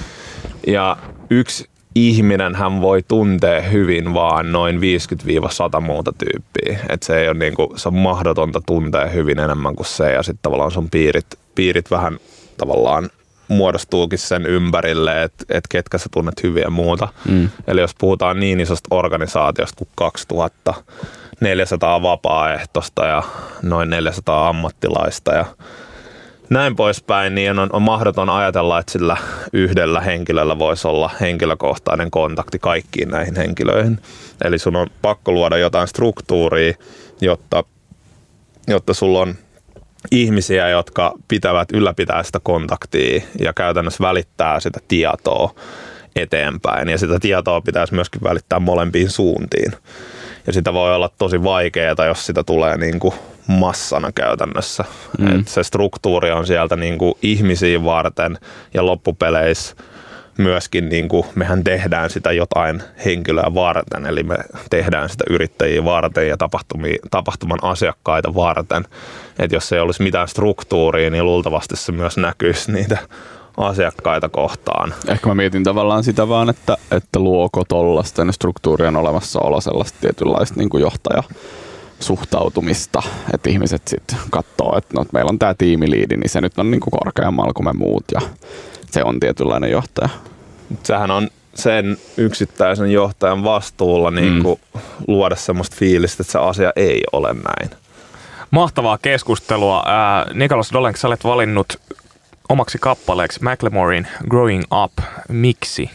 ja yksi ihminen hän voi tuntea hyvin vaan noin viisikymmentä sata muuta tyyppiä. Et se ei ole niinku, se on mahdotonta tuntea hyvin enemmän kuin se ja sitten tavallaan sun piirit, piirit vähän tavallaan muodostuukin sen ympärille, että et ketkä sä tunnet hyvin ja muuta. Mm. Eli jos puhutaan niin isosta organisaatiosta kuin kaksituhattaneljäsataa vapaaehtoista ja noin neljäsataa ammattilaista ja näin poispäin, niin on, on mahdoton ajatella, että sillä yhdellä henkilöllä voisi olla henkilökohtainen kontakti kaikkiin näihin henkilöihin. Eli sun on pakko luoda jotain struktuuria, jotta, jotta sulla on ihmisiä, jotka pitävät ylläpitää sitä kontaktia ja käytännössä välittää sitä tietoa eteenpäin. Ja sitä tietoa pitäisi myöskin välittää molempiin suuntiin. Ja sitä voi olla tosi vaikeaa, jos sitä tulee niin kuin massana käytännössä. Mm. Et se struktuuri on sieltä niin kuin ihmisiä varten ja loppupeleissä myöskin niin kuin mehän tehdään sitä jotain henkilöä varten, eli me tehdään sitä yrittäjiä varten ja tapahtuman asiakkaita varten. Et jos ei olisi mitään struktuuria, niin luultavasti se myös näkyisi niitä asiakkaita kohtaan. Ehkä mä mietin tavallaan sitä vaan, että, että luoko tollaisten struktuurien olemassaolo sellaista tietynlaista niin kuin johtajasuhtautumista, että ihmiset sitten katsoo, että no, meillä on tämä tiimiliidi, niin se nyt on niin kuin korkeammalla kuin me muut ja se on tietynlainen johtaja. Sehän on sen yksittäisen johtajan vastuulla niin kuin mm. luoda semmoista fiilistä, että se asia ei ole näin. Mahtavaa keskustelua. Äh, Nicholas Dolenk, sä olet valinnut omaksi kappaleeksi Macklemoren Growing Up. Miksi?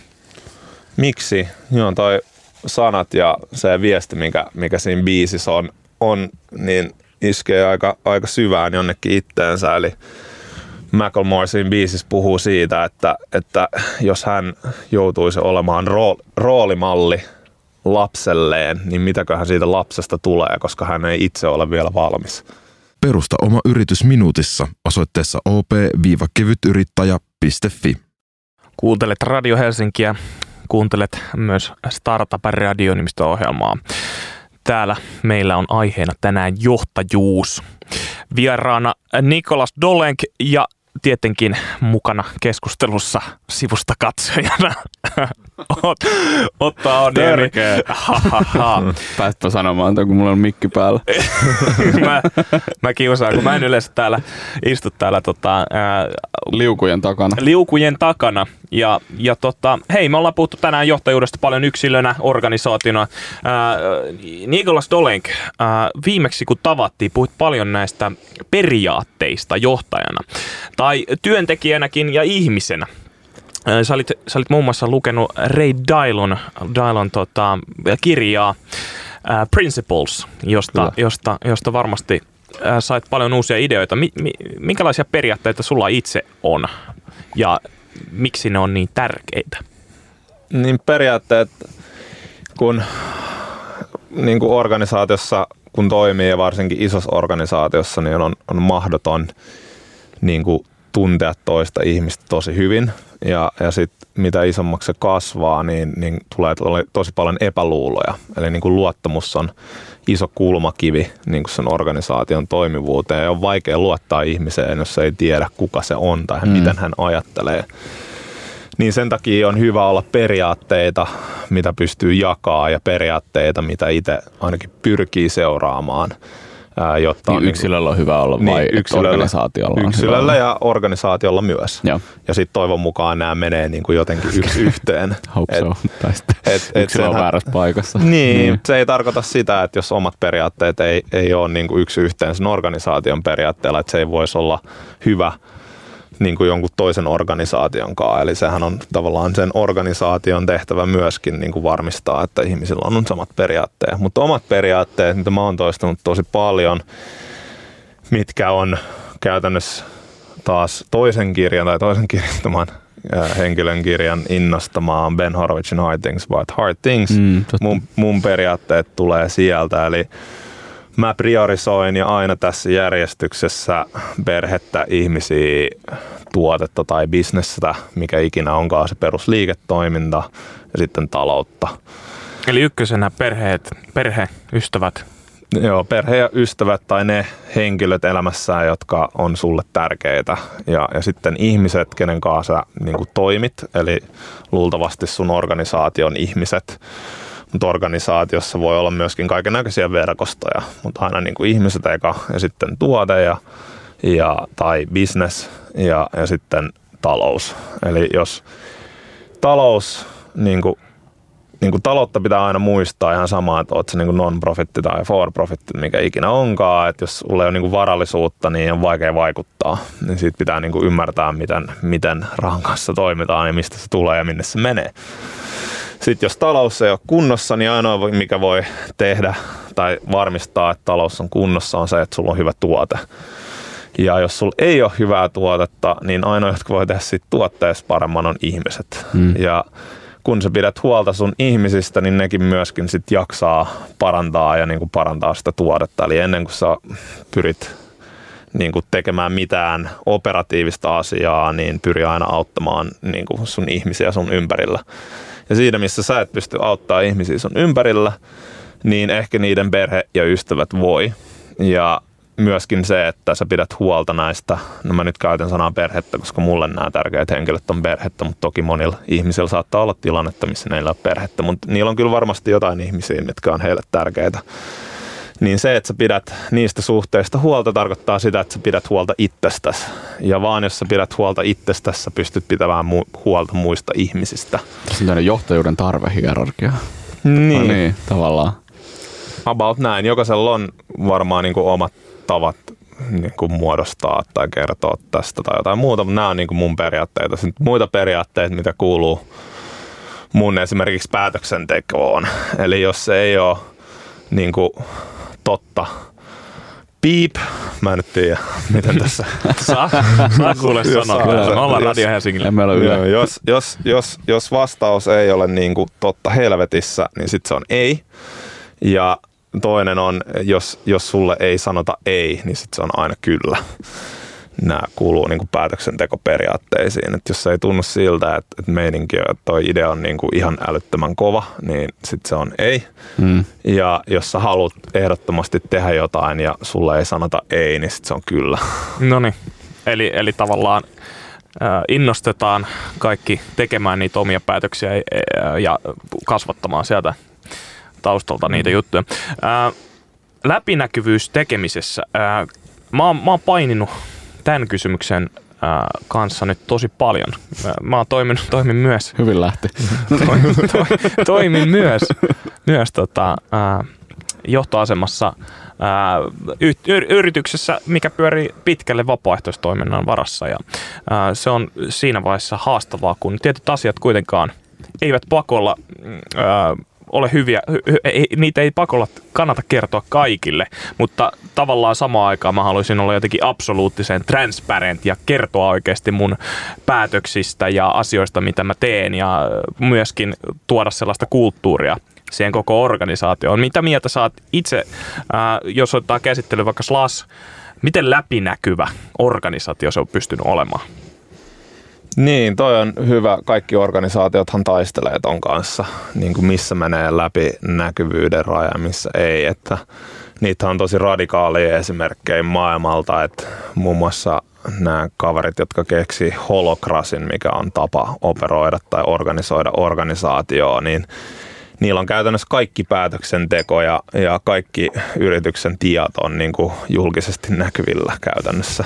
Miksi? Joo, toi sanat ja se viesti, mikä, mikä siinä biisissä on, on niin iskee aika, aika syvään jonnekin itteensä. Eli Macklemore siinä biisissä puhuu siitä, että, että jos hän joutuisi olemaan rool, roolimalli lapselleen, niin mitäköhän siitä lapsesta tulee, koska hän ei itse ole vielä valmis. Perusta oma yritys minuutissa osoitteessa o p kevyt yrittäjä piste f i. Kuuntelet Radio Helsinkiä, kuuntelet myös Startup Radio-nimistä ohjelmaa. Täällä meillä on aiheena tänään johtajuus. Vieraana Nicholas Dolenk ja tietenkin mukana keskustelussa sivusta katsojana Ot, Otto Auniemi. Pääsitpä sanomaan, kun mulla on mikki päällä. mä, mä kiusaan, kun mä en yleensä täällä istu täällä tota, ää, liukujen takana. Liukujen takana. Ja, ja tota, hei, me ollaan puhuttu tänään johtajuudesta paljon yksilönä, organisaationa. Ää, Nicholas Dolenk, ää, viimeksi kun tavattiin, puhuit paljon näistä periaatteista johtajana tai työntekijänäkin ja ihmisenä. Sä olit, sä olit muun muassa lukenut Ray Dalton, Dalton tota, kirjaa ää, Principles, josta, josta, josta varmasti ää, sait paljon uusia ideoita. Mi, mi, minkälaisia periaatteita sulla itse on ja miksi ne on niin tärkeitä? Niin periaatteet, kun niin kuin organisaatiossa kun toimii ja varsinkin isossa organisaatiossa, niin on, on mahdoton niin kuin tuntea toista ihmistä tosi hyvin. Ja, ja sitten mitä isommaksi se kasvaa, niin, niin tulee tosi paljon epäluuloja. Eli niin kuin luottamus on iso kulmakivi niin kuin sen organisaation toimivuuteen. Ja on vaikea luottaa ihmiseen, jos ei tiedä, kuka se on tai mm. miten hän ajattelee. Niin sen takia on hyvä olla periaatteita, mitä pystyy jakaa ja periaatteita, mitä itse ainakin pyrkii seuraamaan. Jotta niin yksilöllä on hyvä olla vai niin, yksilöllä, organisaatiolla on yksilöllä ja organisaatiolla myös. Joo. Ja sitten toivon mukaan nämä menee niin kuin jotenkin yksi yhteen. Hope so. Tai et, et yksilö on väärässä paikassa. Niin, niin, se ei tarkoita sitä, että jos omat periaatteet ei, ei ole niin kuin yksi yhteen sen organisaation periaatteella, että se ei voisi olla hyvä niin kuin jonkun toisen organisaation kanssa. Eli sehän on tavallaan sen organisaation tehtävä myöskin niin kuin varmistaa, että ihmisillä on samat periaatteet. Mutta omat periaatteet, mitä mä oon toistanut tosi paljon, mitkä on käytännössä taas toisen kirjan tai toisen kirjoittaman henkilön kirjan innostamaan Ben Horowitzin Hard Things About Hard Things. Mm, mun, mun periaatteet tulee sieltä. Eli mä priorisoin ja aina tässä järjestyksessä perhettä, ihmisiä, tuotetta tai bisnestä, mikä ikinä onkaan se perusliiketoiminta ja sitten taloutta. Eli ykkösenä perheet, perhe, ystävät. Joo, perhe ja ystävät tai ne henkilöt elämässään, jotka on sulle tärkeitä. Ja, ja sitten ihmiset, kenen kanssa sä niin kuin toimit, eli luultavasti sun organisaation ihmiset. Mutta organisaatiossa voi olla myöskin kaikennäköisiä verkostoja, mutta aina niin kuin ihmiset eka ja sitten tuote ja, ja, tai business ja, ja sitten talous. Eli jos talous, niin kuin, niin kuin taloutta pitää aina muistaa ihan sama, että oot se niin kuin non-profitti tai for-profitti, mikä ikinä onkaan, että jos sulla ei ole niin kuin varallisuutta, niin on vaikea vaikuttaa. Niin siitä pitää niin kuin ymmärtää, miten, miten rahan kanssa toimitaan ja mistä se tulee ja minne se menee. Sitten jos talous ei ole kunnossa, niin ainoa mikä voi tehdä tai varmistaa, että talous on kunnossa, on se, että sulla on hyvä tuote. Ja jos sulla ei ole hyvää tuotetta, niin ainoa, jotka voi tehdä siitä tuotteesta paremman, on ihmiset. Mm. Ja kun sä pidät huolta sun ihmisistä, niin nekin myöskin sit jaksaa parantaa ja niinku parantaa sitä tuotetta. Eli ennen kuin sä pyrit niinku tekemään mitään operatiivista asiaa, niin pyri aina auttamaan niinku sun ihmisiä sun ympärillä. Ja siinä, missä sä et pysty auttamaan ihmisiä sun ympärillä, niin ehkä niiden perhe ja ystävät voi. Ja myöskin se, että sä pidät huolta näistä, no mä nyt käytän sanaa perhettä, koska mulle nämä tärkeät henkilöt on perhettä, mutta toki monilla ihmisillä saattaa olla tilannetta, missä neillä on perhettä, mutta niillä on kyllä varmasti jotain ihmisiä, mitkä on heille tärkeitä. Niin se, että sä pidät niistä suhteista huolta, tarkoittaa sitä, että sä pidät huolta itsestäsi. Ja vaan jos sä pidät huolta itsestäsi, sä pystyt pitämään mu- huolta muista ihmisistä. Tässä on tämmöinen johtajuuden tarvehierarkia. Niin. No niin, tavallaan. About näin. Jokaisella on varmaan niin kuin omat tavat niin kuin muodostaa tai kertoa tästä tai jotain muuta, mutta nämä on niin kuin mun periaatteita. Sitten muita periaatteita, mitä kuuluu mun esimerkiksi päätöksentekoon. Eli jos se ei ole niin kuin totta. Piip. Mä en nyt tiedä, miten tässä. Saa, saa kuule sanoa. Me ollaan Radio Helsingillä. Jos, jos, jos, jos vastaus ei ole niin kuin totta helvetissä, niin sitten se on ei. Ja toinen on, jos, jos sulle ei sanota ei, niin sitten se on aina kyllä. Nämä kuuluu niin kuin päätöksentekoperiaatteisiin. Että jos se ei tunnu siltä, että, että meininki ja toi idea on niin kuin ihan älyttömän kova, niin sitten se on ei. Mm. Ja jos sä haluat ehdottomasti tehdä jotain ja sulle ei sanota ei, niin sitten se on kyllä. Noniin. Eli, eli tavallaan äh, innostetaan kaikki tekemään niitä omia päätöksiä ja, ja kasvattamaan sieltä taustalta mm. niitä juttuja. Äh, läpinäkyvyys tekemisessä. Äh, mä, oon, mä oon paininut tämän kysymyksen äh, kanssa nyt tosi paljon. Mä oon toiminut, toimin myös. Hyvin lähti. toimin, to, toimin myös, myös tota, äh, johtoasemassa äh, y, yrityksessä, mikä pyörii pitkälle vapaaehtoistoiminnan varassa. Ja, äh, se on siinä vaiheessa haastavaa, kun tietyt asiat kuitenkaan eivät pakolla äh, ole hyviä, niitä ei pakolla kannata kertoa kaikille, mutta tavallaan samaan aikaan mä haluaisin olla jotenkin absoluuttisen transparent ja kertoa oikeasti mun päätöksistä ja asioista, mitä mä teen, ja myöskin tuoda sellaista kulttuuria siihen koko organisaatioon. Mitä mieltä sä oot itse, ää, jos ottaa käsittely vaikka Slash, miten läpinäkyvä organisaatio se on pystynyt olemaan? Niin, toi on hyvä. Kaikki organisaatiothan taistelee ton kanssa, niin kuin missä menee läpi näkyvyyden raja, missä ei. Että niitä on tosi radikaalia esimerkkejä maailmalta, että muun muassa nämä kaverit, jotka keksii holokrasin, mikä on tapa operoida tai organisoida organisaatioa, niin niillä on käytännössä kaikki päätöksenteko ja, ja kaikki yrityksen tiedot on niin kuin julkisesti näkyvillä käytännössä.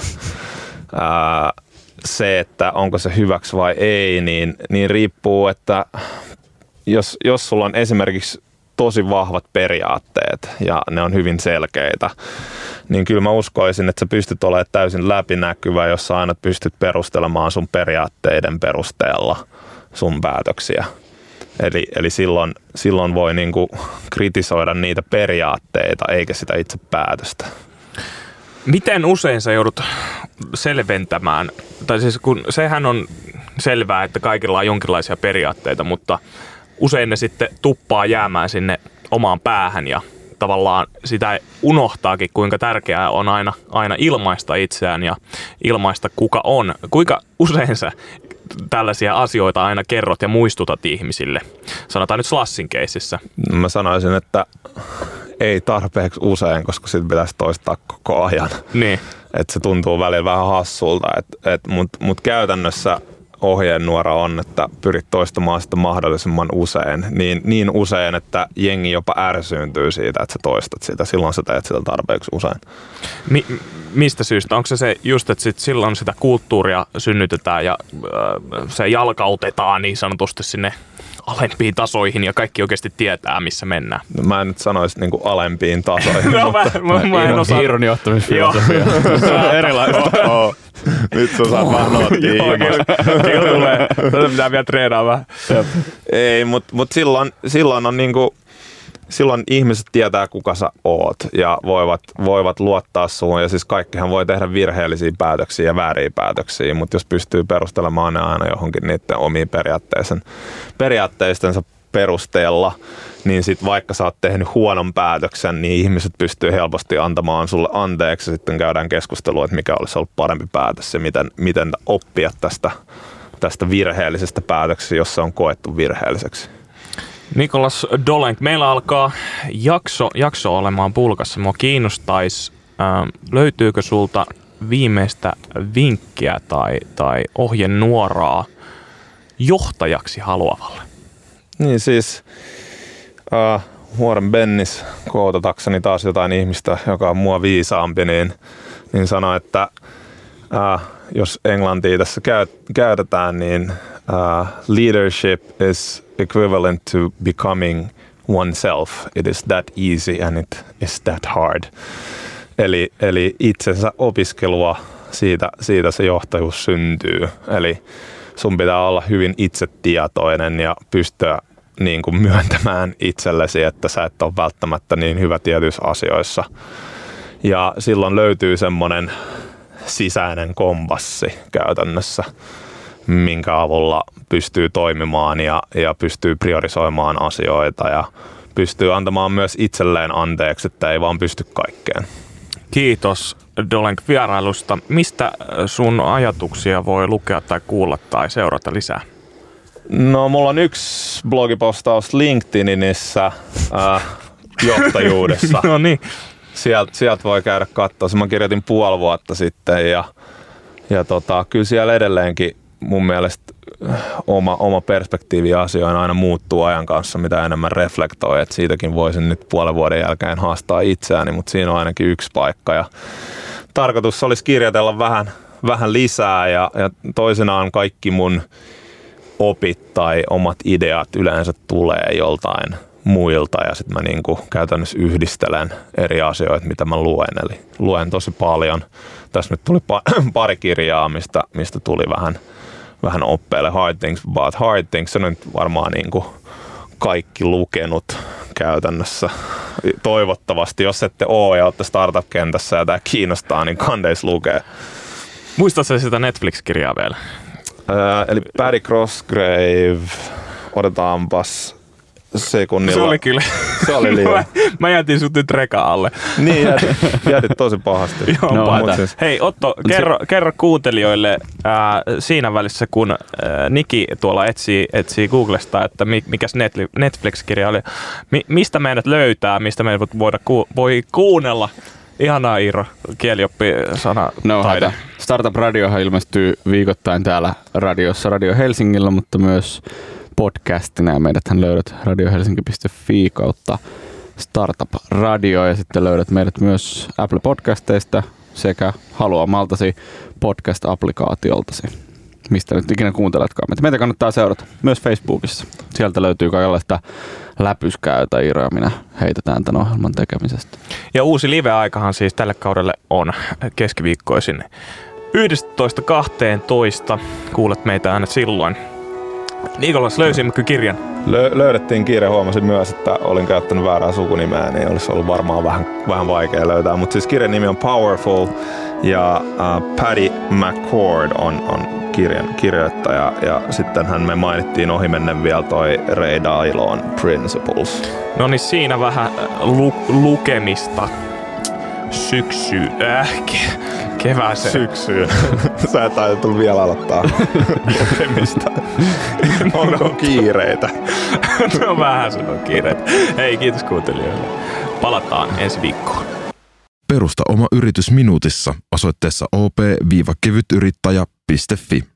Ää, se, että onko se hyväksi vai ei, niin, niin riippuu, että jos, jos sulla on esimerkiksi tosi vahvat periaatteet ja ne on hyvin selkeitä, niin kyllä mä uskoisin, että sä pystyt olemaan täysin läpinäkyvä, jos sä aina pystyt perustelemaan sun periaatteiden perusteella sun päätöksiä. Eli, eli silloin, silloin voi niinku kritisoida niitä periaatteita eikä sitä itse päätöstä. Miten usein sä joudut selventämään, tai siis kun sehän on selvää, että kaikilla on jonkinlaisia periaatteita, mutta usein ne sitten tuppaa jäämään sinne omaan päähän ja tavallaan sitä unohtaakin, kuinka tärkeää on aina, aina ilmaista itseään ja ilmaista kuka on. Kuinka usein sä tällaisia asioita aina kerrot ja muistutat ihmisille? Sanotaan nyt Slashin keississä. Mä sanoisin, että ei tarpeeksi usein, koska sit pitäisi toistaa koko ajan. Niin. Että se tuntuu välillä vähän hassulta, mutta mut käytännössä ohjeenuora on, että pyrit toistamaan sitä mahdollisimman usein. Niin, niin usein, että jengi jopa ärsyyntyy siitä, että sä toistat sitä. Silloin sä teet sitä tarpeeksi usein. Mi- mistä syystä? Onko se, se just, että sit silloin sitä kulttuuria synnytetään ja äh, se jalkautetaan niin sanotusti sinne alempiin tasoihin ja kaikki oikeasti tietää, missä mennään? No, mä en nyt sanoisi niinku alempiin tasoihin. No, mä, mä, mä en osaa. Hiiron johtamisfilosofia. Se on erilaista. Oh, nyt sä saat vähän noottia. Joo, kyllä tulee. Tätä pitää vielä treenaa vähän. Ei, mutta mut silloin, silloin on niinku, silloin ihmiset tietää, kuka sä oot ja voivat, voivat luottaa suun. Ja siis kaikkihan voi tehdä virheellisiä päätöksiä ja vääriä päätöksiä, mutta jos pystyy perustelemaan ne aina johonkin niiden omiin periaatteistensa perusteella, niin sit vaikka sä oot tehnyt huonon päätöksen, niin ihmiset pystyy helposti antamaan sulle anteeksi. Sitten käydään keskustelua, että mikä olisi ollut parempi päätös ja miten, miten oppia tästä, tästä virheellisestä päätöksestä, jos se on koettu virheelliseksi. Nicolas Dolenk, meillä alkaa jakso, jakso olemaan pulkassa. Mua kiinnostaisi, äh, löytyykö sulta viimeistä vinkkiä tai, tai ohjenuoraa johtajaksi haluavalle? Niin siis uh, Warren Bennis, kootatakseni taas jotain ihmistä, joka on mua viisaampi, niin, niin sanoi, että uh, jos englantia tässä käy, käytetään, niin uh, leadership is equivalent to becoming oneself. It is that easy and it is that hard. Eli, eli itsensä opiskelua, siitä, siitä se johtajuus syntyy. Eli sun pitää olla hyvin itsetietoinen ja pystyä niin kuin myöntämään itsellesi, että sä et ole välttämättä niin hyvä tietyissä asioissa. Ja silloin löytyy semmoinen sisäinen kompassi käytännössä, minkä avulla pystyy toimimaan ja, ja pystyy priorisoimaan asioita ja pystyy antamaan myös itselleen anteeksi, että ei vaan pysty kaikkeen. Kiitos Dolenk vierailusta. Mistä sun ajatuksia voi lukea tai kuulla tai seurata lisää? No, mulla on yksi blogipostaus LinkedInissä äh, johtajuudessa. No niin. Sieltä sielt voi käydä katsoa. Mä kirjoitin puoli vuotta sitten ja, ja tota, kyllä siellä edelleenkin mun mielestä oma, oma perspektiivi asioina aina muuttuu ajan kanssa, mitä enemmän reflektoi. Et siitäkin voisin nyt puolen vuoden jälkeen haastaa itseäni, mutta siinä on ainakin yksi paikka. Ja tarkoitus olisi kirjoitella vähän, vähän lisää ja, ja toisinaan kaikki mun opit tai omat ideat yleensä tulee joltain muilta ja sitten mä niinku käytännössä yhdistelen eri asioita, mitä mä luen. Eli luen tosi paljon. Tässä nyt tuli pa- pari kirjaa, mistä, mistä tuli vähän, vähän oppeille. Hard Things About Hard Things. Se on nyt varmaan niinku kaikki lukenut käytännössä. Toivottavasti, jos ette ole ja olette startup-kentässä ja tämä kiinnostaa, niin kandeis lukee. Muistatko sitä Netflix-kirjaa vielä? Ää, eli Paddy Crossgrave, odotetaanpas sekunnilla. Se oli kyllä. Se oli liian. mä, mä jätin sut nyt rekaan alle. Niin, jätit, jätit tosi pahasti. Joo, no, no, siis. Hei Otto, kerro, kerro kuuntelijoille ää, siinä välissä, kun ää, Niki tuolla etsii, etsii Googlesta, että mi, mikäs Netflix-kirja oli. Mi, mistä meidät löytää, mistä meidät voida ku, voi kuunnella? Ihanaa Iiro, kielioppi-sana No, taide. Startup Radiohan ilmestyy viikoittain täällä radiossa Radio Helsingillä, mutta myös podcastina ja meidäthän löydät radiohelsinki piste fi kautta Startup Radio ja sitten löydät meidät myös Apple Podcasteista sekä haluamaltasi podcast-applikaatioltasi, mistä nyt ikinä kuunteletkaan. Meitä kannattaa seurata myös Facebookissa. Sieltä löytyy kaikenlaista läpyskää, jota Iiro ja minä heitetään tämän ohjelman tekemisestä. Ja uusi live-aikahan siis tälle kaudelle on keskiviikkoisin yhdestoista kaksitoista. Kuulet meitä aina silloin. Nikolas, löysimmekö kirjan? Lö- löydettiin kirja, huomasin myös, että olin käyttänyt väärää sukunimeä, niin olisi ollut varmaan vähän, vähän vaikea löytää. Mutta siis kirjan nimi on Powerful Ja äh, Paddy McCord on, on kirjan kirjoittaja, ja sittenhän me mainittiin ohimennen vielä toi Ray Dalio'n Principles. No niin, siinä vähän lu- lukemista syksyyn, äh, ke- kevääseen. Syksyyn. Sä et ajatul vielä aloittaa lukemista. Onko kiireitä? No vähän sun on kiireitä. Hei, kiitos kuuntelijoille. Palataan ensi viikkoon. Perusta oma yritys minuutissa osoitteessa op kevytyrittäjä piste fi.